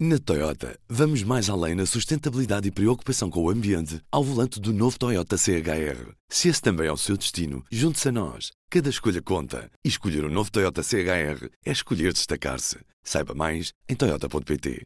Na Toyota, vamos mais além na sustentabilidade e preocupação com o ambiente ao volante do novo Toyota CHR. Se esse também é o seu destino, junte-se a nós. Cada escolha conta. E escolher o novo Toyota CHR é escolher destacar-se. Saiba mais em toyota.pt.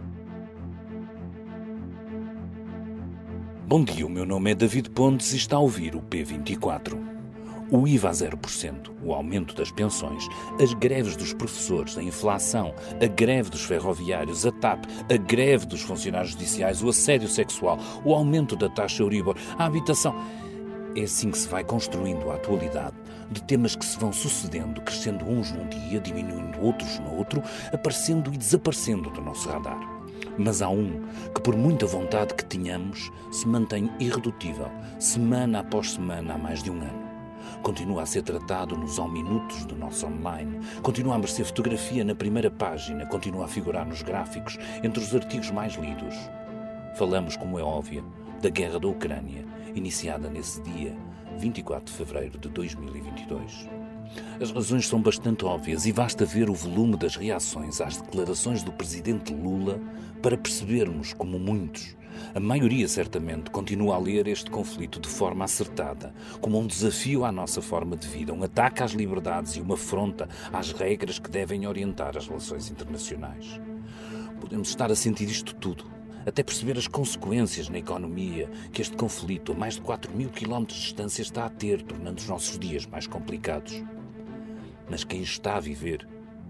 Bom dia, o meu nome é David Pontes e está a ouvir o P24. O IVA a 0%, o aumento das pensões, as greves dos professores, a inflação, a greve dos ferroviários, a TAP, a greve dos funcionários judiciais, o assédio sexual, o aumento da taxa Euribor, a habitação. É assim que se vai construindo a atualidade de temas que se vão sucedendo, crescendo uns num dia, diminuindo outros no outro, aparecendo e desaparecendo do nosso radar. Mas há um que, por muita vontade que tenhamos, se mantém irredutível, semana após semana há mais de um ano. Continua a ser tratado nos ao-minutos do nosso online, continua a merecer fotografia na primeira página, continua a figurar nos gráficos, entre os artigos mais lidos. Falamos, como é óbvio, da guerra da Ucrânia, iniciada nesse dia, 24 de fevereiro de 2022. As razões são bastante óbvias e basta ver o volume das reações às declarações do presidente Lula para percebermos como muitos, a maioria certamente, continua a ler este conflito de forma acertada, como um desafio à nossa forma de vida, um ataque às liberdades e uma afronta às regras que devem orientar as relações internacionais. Podemos estar a sentir isto tudo, até perceber as consequências na economia que este conflito, a mais de 4.000 quilómetros de distância, está a ter, tornando os nossos dias mais complicados. Mas quem está a viver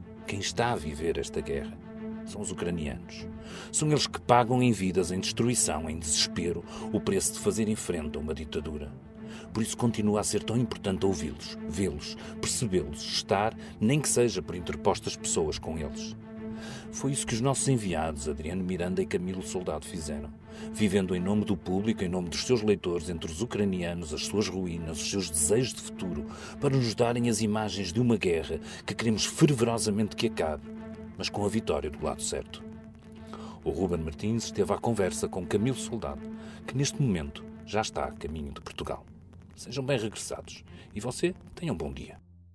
esta guerra, são os ucranianos. São eles que pagam em vidas, em destruição, em desespero, o preço de fazer frente a uma ditadura. Por isso continua a ser tão importante ouvi-los, vê-los, percebê-los, estar, nem que seja por interpostas pessoas, com eles. Foi isso que os nossos enviados, Adriano Miranda e Camilo Soldado, fizeram, vivendo em nome do público, em nome dos seus leitores, entre os ucranianos, as suas ruínas, os seus desejos de futuro, para nos darem as imagens de uma guerra que queremos fervorosamente que acabe, mas com a vitória do lado certo. O Ruben Martins esteve à conversa com Camilo Soldado, que neste momento já está a caminho de Portugal. Sejam bem regressados e você tenha um bom dia.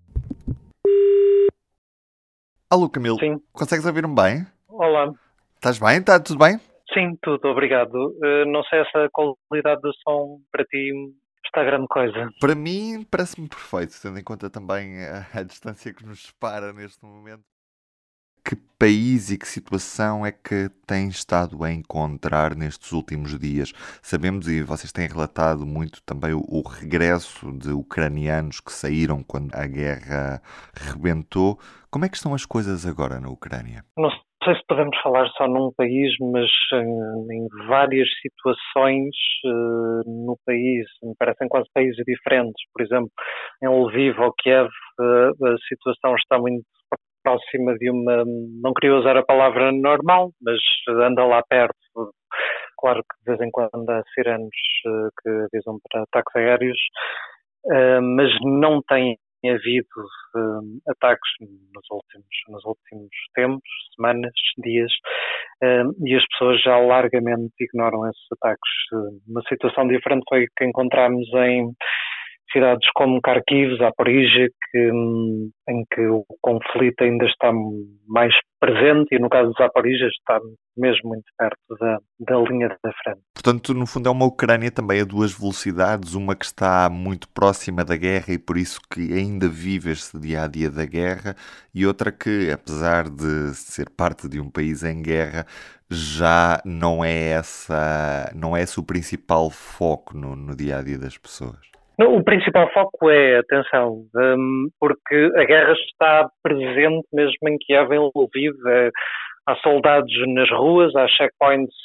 Alô, Camilo. Sim. Consegues ouvir-me bem? Olá. Estás bem? Está tudo bem? Sim, tudo, obrigado. Não sei se a qualidade do som para ti está grande coisa. Para mim, parece-me perfeito, tendo em conta também a distância que nos separa neste momento. Que país e que situação é que tens estado a encontrar nestes últimos dias? Sabemos, e vocês têm relatado muito também o regresso de ucranianos que saíram quando a guerra rebentou. Como é que estão as coisas agora na Ucrânia? Não sei se podemos falar só num país, mas em várias situações no país, me parecem quase países diferentes. Por exemplo, em Lviv ou Kiev, a situação está muito próxima de uma, não queria usar a palavra normal, mas anda lá perto. Claro que de vez em quando há sirenes que avisam para ataques aéreos, mas não tem havido ataques nos últimos tempos, semanas, dias, e as pessoas já largamente ignoram esses ataques. Uma situação diferente foi que encontramos em cidades como Kharkiv, Zaporizhia, em que o conflito ainda está mais presente e no caso de Zaporizhia está mesmo muito perto da linha da frente. Portanto, no fundo é uma Ucrânia também a duas velocidades, uma que está muito próxima da guerra e por isso que ainda vive este dia-a-dia da guerra, e outra que, apesar de ser parte de um país em guerra, já não é esse o principal foco no dia-a-dia das pessoas. Não, o principal foco é, atenção, porque a guerra está presente mesmo em Kiev, em Lviv. Há soldados nas ruas, há checkpoints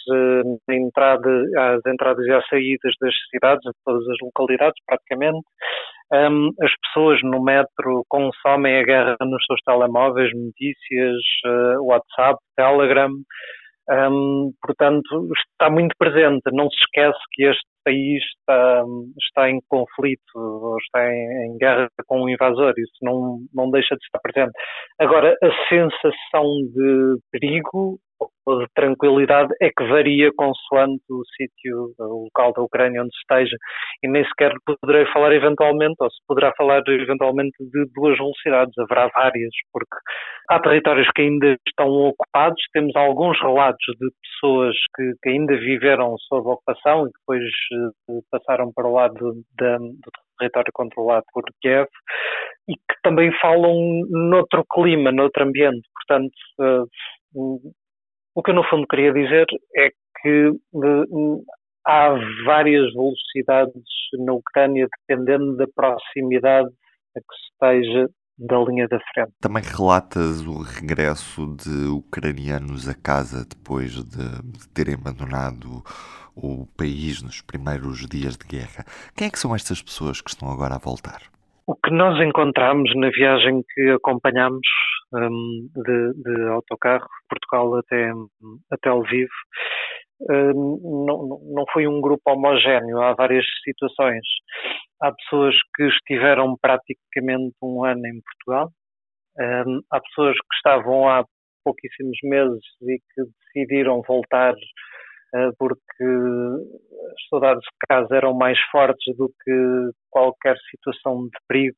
às entradas e às saídas das cidades, de todas as localidades praticamente. As pessoas no metro consomem a guerra nos seus telemóveis, notícias, WhatsApp, Telegram. Portanto, está muito presente. Não se esquece que este país está em conflito, ou está em guerra com um invasor. Isso não deixa de estar presente. Agora, a sensação de perigo de tranquilidade é que varia consoante o sítio, o local da Ucrânia onde se esteja, e nem sequer poderei falar eventualmente, ou se poderá falar eventualmente de duas velocidades, haverá várias, porque há territórios que ainda estão ocupados, temos alguns relatos de pessoas que ainda viveram sob ocupação e depois passaram para o lado do território controlado por Kiev, e que também falam noutro clima, noutro ambiente. Portanto, o que eu no fundo queria dizer é que há várias velocidades na Ucrânia dependendo da proximidade a que se esteja da linha da frente. Também relatas o regresso de ucranianos a casa depois de terem abandonado o país nos primeiros dias de guerra. Quem é que são estas pessoas que estão agora a voltar? O que nós encontramos na viagem que acompanhamos de autocarro, Portugal até Lviv, não foi um grupo homogéneo, há várias situações. Há pessoas que estiveram praticamente um ano em Portugal, há pessoas que estavam há pouquíssimos meses e que decidiram voltar porque as saudades de casa eram mais fortes do que qualquer situação de perigo.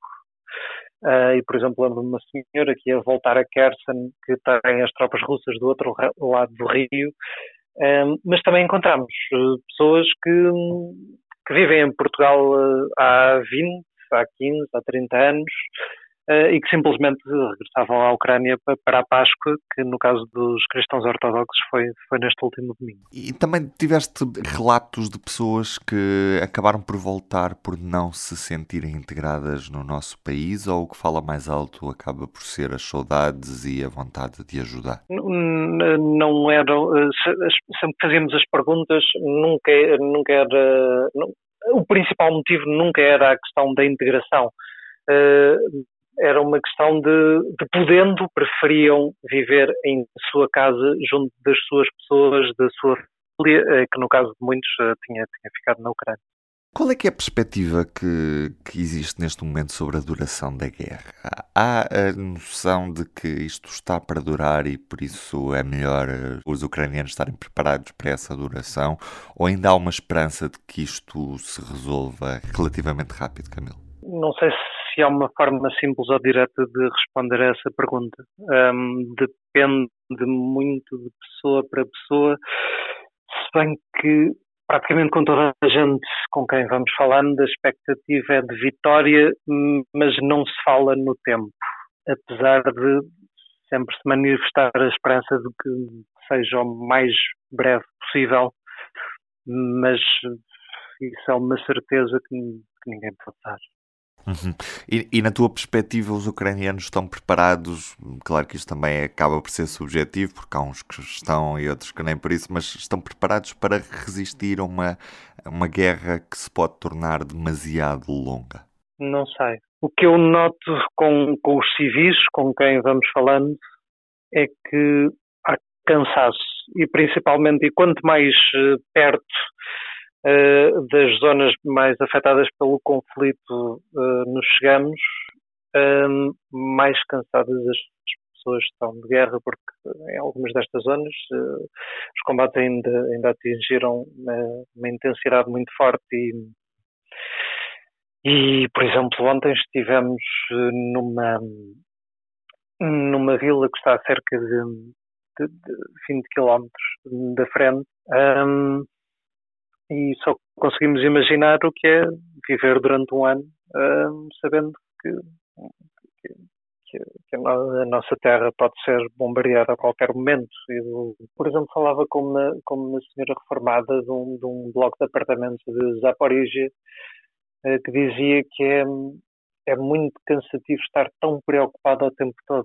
E, por exemplo, lembro-me de uma senhora que ia voltar a Kherson, que tem as tropas russas do outro lado do rio, mas também encontramos pessoas que vivem em Portugal há 20, há 15, há 30 anos, e que simplesmente regressavam à Ucrânia para a Páscoa, que no caso dos cristãos ortodoxos foi neste último domingo. E também tiveste relatos de pessoas que acabaram por voltar por não se sentirem integradas no nosso país, ou o que fala mais alto acaba por ser as saudades e a vontade de ajudar? Não era, sempre que fazíamos as perguntas, nunca era, o principal motivo nunca era a questão da integração. Era uma questão de podendo, preferiam viver em sua casa, junto das suas pessoas, da sua família, que no caso de muitos tinha ficado na Ucrânia. Qual é que é a perspectiva que existe neste momento sobre a duração da guerra? Há a noção de que isto está para durar e por isso é melhor os ucranianos estarem preparados para essa duração, ou ainda há uma esperança de que isto se resolva relativamente rápido, Camilo? Não sei se há uma forma simples ou direta de responder a essa pergunta. Depende muito de pessoa para pessoa, se bem que praticamente com toda a gente com quem vamos falando, a expectativa é de vitória, mas não se fala no tempo, apesar de sempre se manifestar a esperança de que seja o mais breve possível, mas isso é uma certeza que ninguém pode dar. Uhum. E na tua perspectiva, os ucranianos estão preparados? Claro que isto também acaba por ser subjetivo, porque há uns que estão e outros que nem por isso, mas estão preparados para resistir a uma guerra que se pode tornar demasiado longa? Não sei. O que eu noto com os civis com quem vamos falando é que há cansaço e principalmente, e quanto mais perto das zonas mais afetadas pelo conflito nos chegamos, mais cansadas as pessoas estão de guerra, porque em algumas destas zonas os combates ainda atingiram uma intensidade muito forte e, por exemplo, ontem estivemos numa vila que está a cerca de 20 km da frente, e só conseguimos imaginar o que é viver durante um ano sabendo que a nossa terra pode ser bombardeada a qualquer momento. Eu, por exemplo, falava com uma senhora reformada de um bloco de apartamentos de Zaporizhia, que dizia que é muito cansativo estar tão preocupado o tempo todo.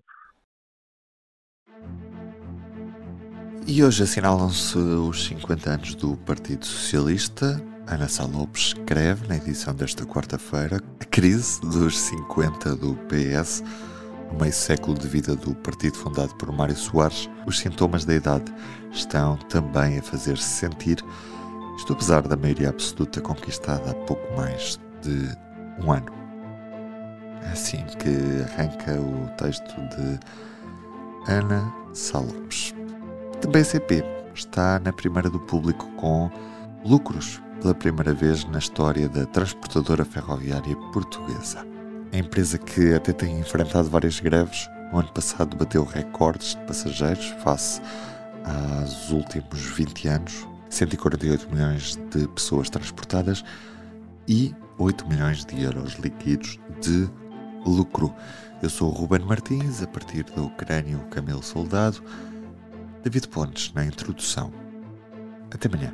E hoje assinalam-se os 50 anos do Partido Socialista. Ana Sá Lopes escreve, na edição desta quarta-feira, a crise dos 50 do PS. No meio século de vida do partido fundado por Mário Soares, os sintomas da idade estão também a fazer-se sentir, isto apesar da maioria absoluta conquistada há pouco mais de um ano. É assim que arranca o texto de Ana Sá Lopes. Também a CP está na primeira do público com lucros pela primeira vez na história da transportadora ferroviária portuguesa. A empresa que até tem enfrentado várias greves, no ano passado bateu recordes de passageiros face aos últimos 20 anos, 148 milhões de pessoas transportadas e 8 milhões de euros líquidos de lucro. Eu sou o Ruben Martins, a partir da Ucrânia, o Camilo Soldado, David Pontes na introdução. Até amanhã.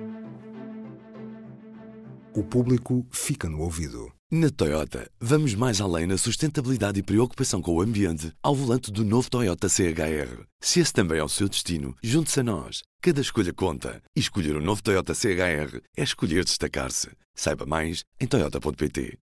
O público fica no ouvido. Na Toyota, vamos mais além na sustentabilidade e preocupação com o ambiente ao volante do novo Toyota CHR. Se esse também é o seu destino, junte-se a nós. Cada escolha conta. E escolher o novo Toyota CHR é escolher destacar-se. Saiba mais em toyota.pt.